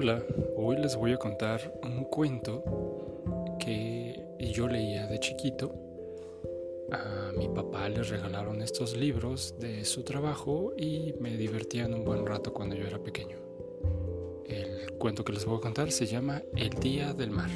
Hola, hoy les voy a contar un cuento que yo leía de chiquito. A mi papá les regalaron estos libros de su trabajo y me divertían un buen rato cuando yo era pequeño. El cuento que les voy a contar se llama El Día del Mar.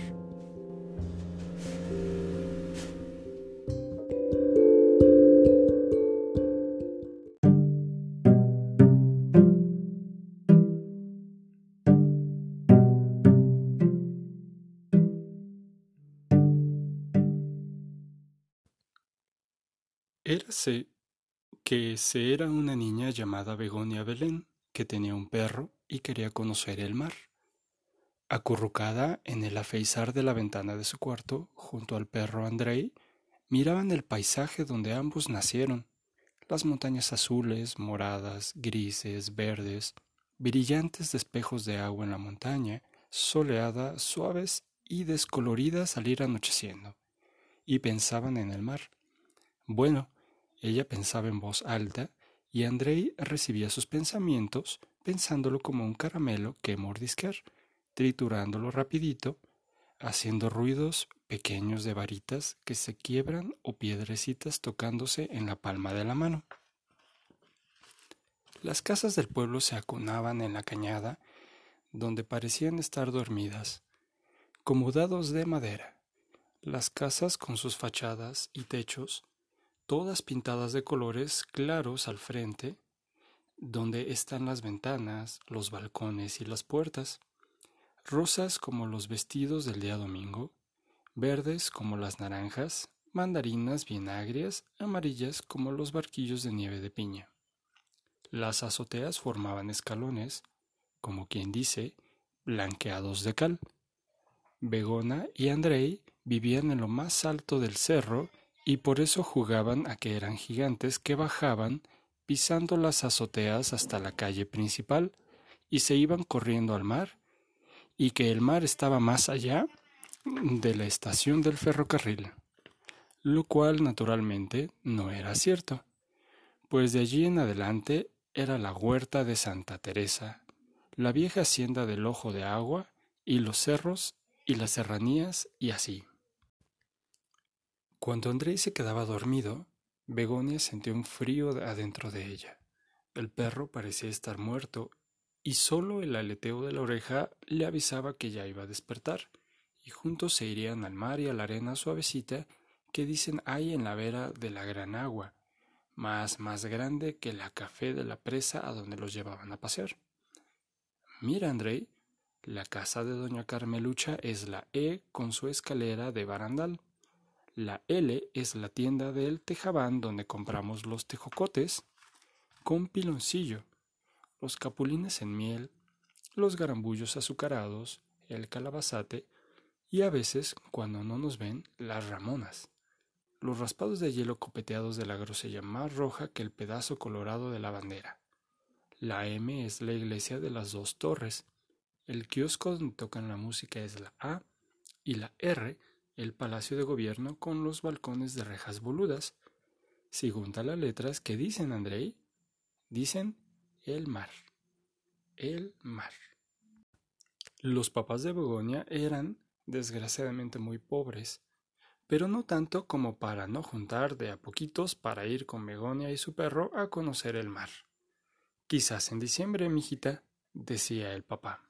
Érase que se era una niña llamada Begonia Belén que tenía un perro y quería conocer el mar. Acurrucada en el afeizar de la ventana de su cuarto, junto al perro Andrei, miraban el paisaje donde ambos nacieron, las montañas azules, moradas, grises, verdes, brillantes despejos de agua en la montaña, soleada, suaves y descoloridas al ir anocheciendo, y pensaban en el mar. Bueno, ella pensaba en voz alta, y Andrei recibía sus pensamientos pensándolo como un caramelo que mordisquear, triturándolo rapidito, haciendo ruidos pequeños de varitas que se quiebran o piedrecitas tocándose en la palma de la mano. Las casas del pueblo se acunaban en la cañada, donde parecían estar dormidas, como dados de madera. Las casas con sus fachadas y techos, todas pintadas de colores claros al frente, donde están las ventanas, los balcones y las puertas, rosas como los vestidos del día domingo, verdes como las naranjas, mandarinas bien agrias, amarillas como los barquillos de nieve de piña. Las azoteas formaban escalones, como quien dice, blanqueados de cal. Begona y Andrei vivían en lo más alto del cerro y por eso jugaban a que eran gigantes que bajaban pisando las azoteas hasta la calle principal y se iban corriendo al mar, y que el mar estaba más allá de la estación del ferrocarril, lo cual naturalmente no era cierto, pues de allí en adelante era la huerta de Santa Teresa, la vieja hacienda del Ojo de Agua, y los cerros y las serranías y así. Cuando Andrei se quedaba dormido, Begonia sentía un frío adentro de ella. El perro parecía estar muerto y solo el aleteo de la oreja le avisaba que ya iba a despertar, y juntos se irían al mar y a la arena suavecita que dicen hay en la vera de la gran agua, más grande que la café de la presa a donde los llevaban a pasear. Mira, Andrei, la casa de doña Carmelucha es la E con su escalera de barandal. La L es la tienda del Tejabán donde compramos los tejocotes con piloncillo, los capulines en miel, los garambullos azucarados, el calabazate y a veces, cuando no nos ven, las ramonas. Los raspados de hielo copeteados de la grosella más roja que el pedazo colorado de la bandera. La M es la iglesia de las dos torres. El kiosco donde tocan la música es la A y la R, el palacio de gobierno con los balcones de rejas boludas. Si junta las letras, ¿qué dicen, Andrei? Dicen el mar. El mar. Los papás de Begonia eran, desgraciadamente, muy pobres, pero no tanto como para no juntar de a poquitos para ir con Begonia y su perro a conocer el mar. Quizás en diciembre, mijita, decía el papá.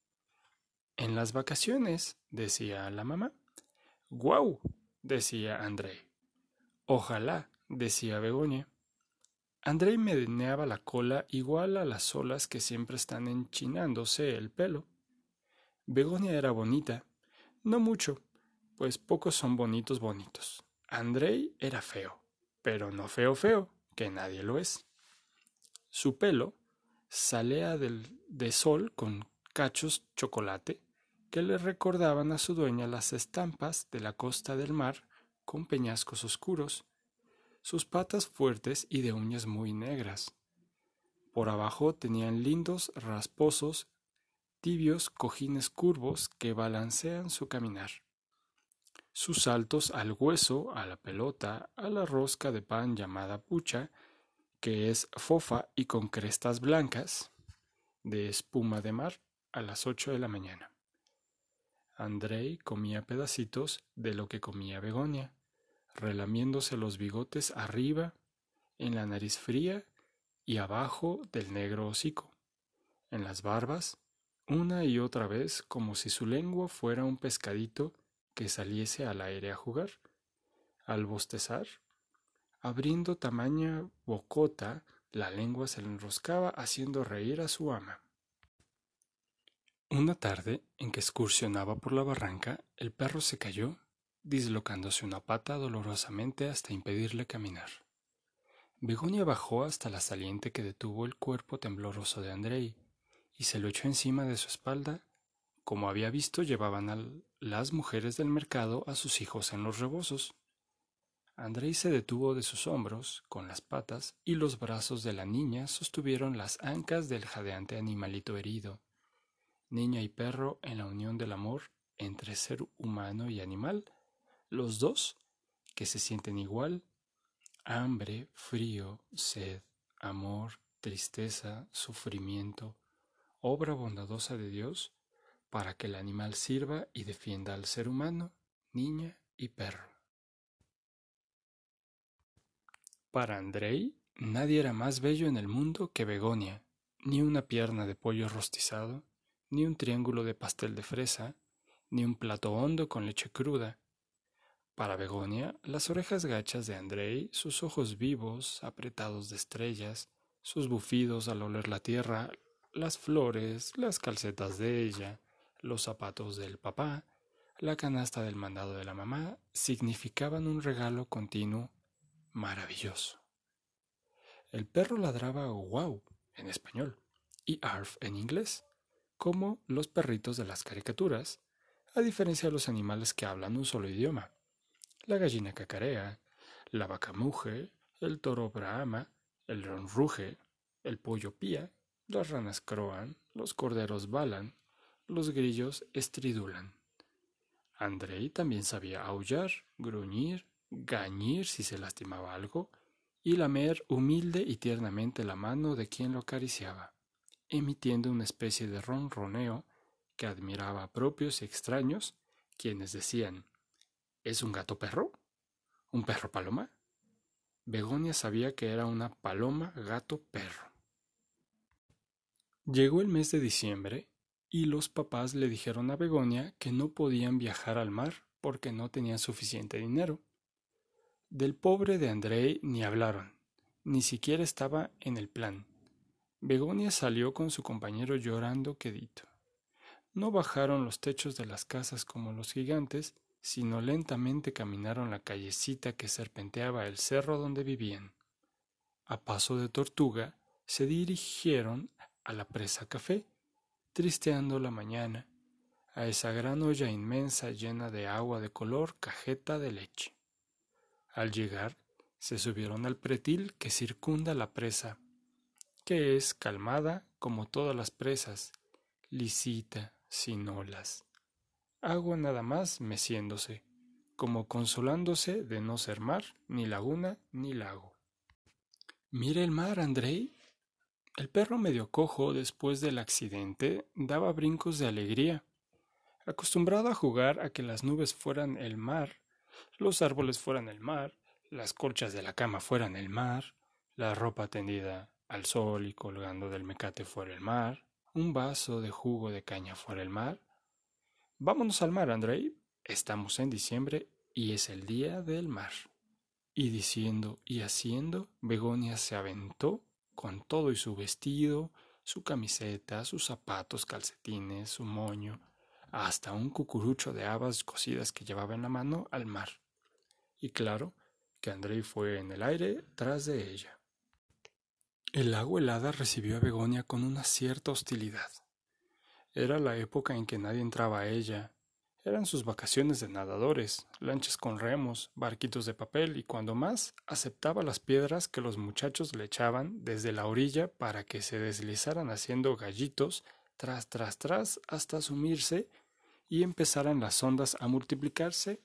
En las vacaciones, decía la mamá. ¡Guau! Decía Andrei. Ojalá, decía Begonia. Andrei meneaba la cola igual a las olas que siempre están enchinándose el pelo. Begonia era bonita, no mucho, pues pocos son bonitos. Andrei era feo, pero no feo, que nadie lo es. Su pelo salía de sol con cachos chocolate que le recordaban a su dueña las estampas de la costa del mar con peñascos oscuros, sus patas fuertes y de uñas muy negras. Por abajo tenían lindos, rasposos, tibios cojines curvos que balancean su caminar. Sus saltos al hueso, a la pelota, a la rosca de pan llamada pucha, que es fofa y con crestas blancas, de espuma de mar, a las 8 de la mañana. Andrei comía pedacitos de lo que comía Begonia, relamiéndose los bigotes arriba, en la nariz fría y abajo del negro hocico, en las barbas, una y otra vez como si su lengua fuera un pescadito que saliese al aire a jugar. Al bostezar, abriendo tamaña bocota, la lengua se le enroscaba haciendo reír a su ama. Una tarde, en que excursionaba por la barranca, el perro se cayó, dislocándose una pata dolorosamente hasta impedirle caminar. Begonia bajó hasta la saliente que detuvo el cuerpo tembloroso de Andrei, y se lo echó encima de su espalda, como había visto llevaban las mujeres del mercado a sus hijos en los rebozos. Andrei se detuvo de sus hombros, con las patas, y los brazos de la niña sostuvieron las ancas del jadeante animalito herido. Niña y perro en la unión del amor entre ser humano y animal, los dos que se sienten igual, hambre, frío, sed, amor, tristeza, sufrimiento, obra bondadosa de Dios para que el animal sirva y defienda al ser humano, niña y perro. Para Andrei, nadie era más bello en el mundo que Begonia, ni una pierna de pollo rostizado, ni un triángulo de pastel de fresa, ni un plato hondo con leche cruda. Para Begonia, las orejas gachas de Andrei, sus ojos vivos, apretados de estrellas, sus bufidos al oler la tierra, las flores, las calcetas de ella, los zapatos del papá, la canasta del mandado de la mamá, significaban un regalo continuo maravilloso. El perro ladraba wow en español y arf en inglés, como los perritos de las caricaturas, a diferencia de los animales que hablan un solo idioma. La gallina cacarea, la vaca muge, el toro brahma, el león ruge, el pollo pía, las ranas croan, los corderos balan, los grillos estridulan. Andrei también sabía aullar, gruñir, gañir si se lastimaba algo, y lamer humilde y tiernamente la mano de quien lo acariciaba, emitiendo una especie de ronroneo que admiraba a propios y extraños, quienes decían: ¿es un gato perro? ¿Un perro paloma? Begonia sabía que era una paloma gato perro. Llegó el mes de diciembre y los papás le dijeron a Begonia que no podían viajar al mar porque no tenían suficiente dinero. Del pobre de Andrei ni hablaron, ni siquiera estaba en el plan. Begonia salió con su compañero llorando quedito. No bajaron los techos de las casas como los gigantes, sino lentamente caminaron la callecita que serpenteaba el cerro donde vivían. A paso de tortuga se dirigieron a la presa café, tristeando la mañana, a esa gran olla inmensa llena de agua de color cajeta de leche. Al llegar, se subieron al pretil que circunda la presa, que es calmada como todas las presas, lisita, sin olas. Agua nada más meciéndose, como consolándose de no ser mar, ni laguna, ni lago. «Mira el mar, Andrei». El perro medio cojo después del accidente daba brincos de alegría. Acostumbrado a jugar a que las nubes fueran el mar, los árboles fueran el mar, las colchas de la cama fueran el mar, la ropa tendida al sol y colgando del mecate fuera el mar, un vaso de jugo de caña fuera el mar. «Vámonos al mar, Andrei. Estamos en diciembre y es el día del mar». Y diciendo y haciendo, Begonia se aventó con todo y su vestido, su camiseta, sus zapatos, calcetines, su moño, hasta un cucurucho de habas cocidas que llevaba en la mano al mar. Y claro que Andrei fue en el aire tras de ella. El agua helada recibió a Begonia con una cierta hostilidad. Era la época en que nadie entraba a ella. Eran sus vacaciones de nadadores, lanchas con remos, barquitos de papel y cuando más aceptaba las piedras que los muchachos le echaban desde la orilla para que se deslizaran haciendo gallitos tras hasta sumirse y empezaran las ondas a multiplicarse,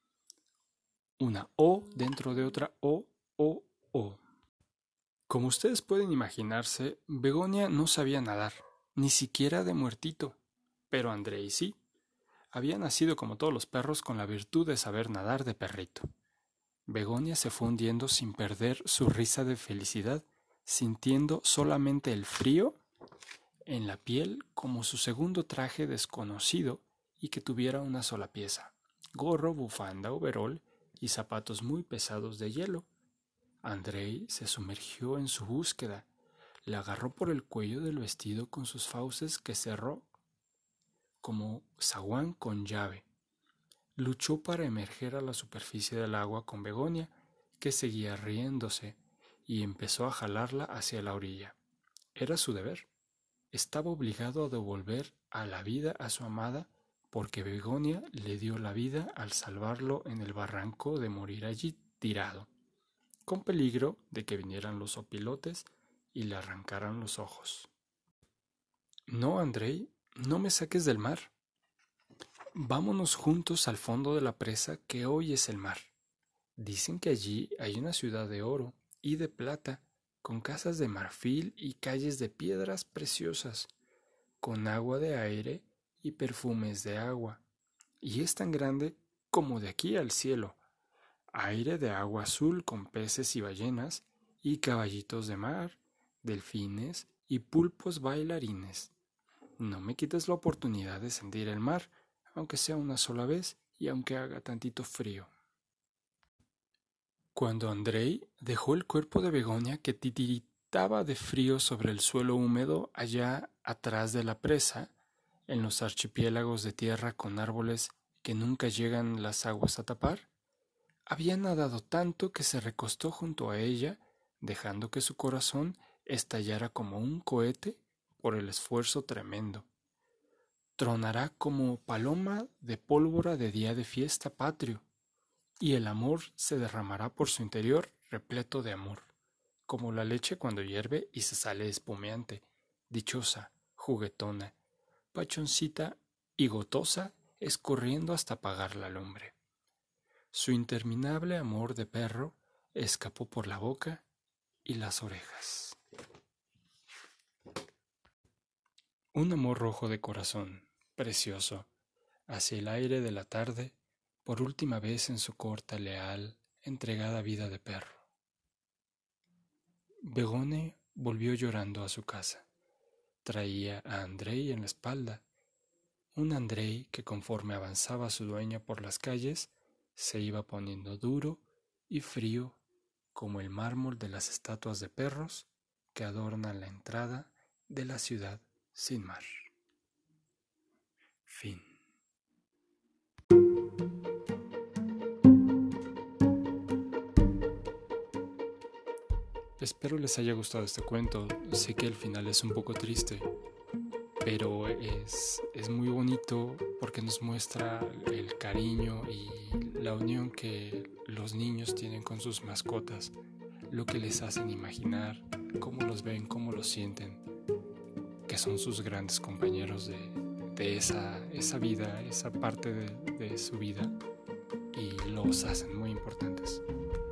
una O dentro de otra O, O, O. Como ustedes pueden imaginarse, Begonia no sabía nadar, ni siquiera de muertito. Pero Andrei sí. Había nacido como todos los perros con la virtud de saber nadar de perrito. Begonia se fue hundiendo sin perder su risa de felicidad, sintiendo solamente el frío en la piel como su segundo traje desconocido y que tuviera una sola pieza: gorro, bufanda, overol y zapatos muy pesados de hielo. Andrei se sumergió en su búsqueda, la agarró por el cuello del vestido con sus fauces que cerró como zaguán con llave. Luchó para emerger a la superficie del agua con Begonia, que seguía riéndose, y empezó a jalarla hacia la orilla. Era su deber. Estaba obligado a devolver a la vida a su amada, porque Begonia le dio la vida al salvarlo en el barranco de morir allí tirado, con peligro de que vinieran los opilotes y le arrancaran los ojos. No, Andrei, no me saques del mar. Vámonos juntos al fondo de la presa que hoy es el mar. Dicen que allí hay una ciudad de oro y de plata, con casas de marfil y calles de piedras preciosas, con agua de aire y perfumes de agua, y es tan grande como de aquí al cielo. Aire de agua azul con peces y ballenas, y caballitos de mar, delfines y pulpos bailarines. No me quites la oportunidad de sentir el mar, aunque sea una sola vez y aunque haga tantito frío. Cuando Andrei dejó el cuerpo de Begonia que titiritaba de frío sobre el suelo húmedo allá atrás de la presa, en los archipiélagos de tierra con árboles que nunca llegan las aguas a tapar, había nadado tanto que se recostó junto a ella, dejando que su corazón estallara como un cohete por el esfuerzo tremendo. Tronará como paloma de pólvora de día de fiesta patrio, y el amor se derramará por su interior repleto de amor, como la leche cuando hierve y se sale espumeante, dichosa, juguetona, pachoncita y gotosa, escurriendo hasta apagar la lumbre. Su interminable amor de perro escapó por la boca y las orejas. Un amor rojo de corazón, precioso, hacia el aire de la tarde, por última vez en su corta, leal, entregada vida de perro. Begonia volvió llorando a su casa. Traía a Andrei en la espalda, un Andrei que conforme avanzaba su dueña por las calles, se iba poniendo duro y frío como el mármol de las estatuas de perros que adornan la entrada de la ciudad sin mar. Fin. Espero les haya gustado este cuento. Sé que el final es un poco triste, pero es muy bonito porque nos muestra el cariño y la unión que los niños tienen con sus mascotas, lo que les hacen imaginar, cómo los ven, cómo los sienten, que son sus grandes compañeros de esa vida, esa parte de su vida, y los hacen muy importantes.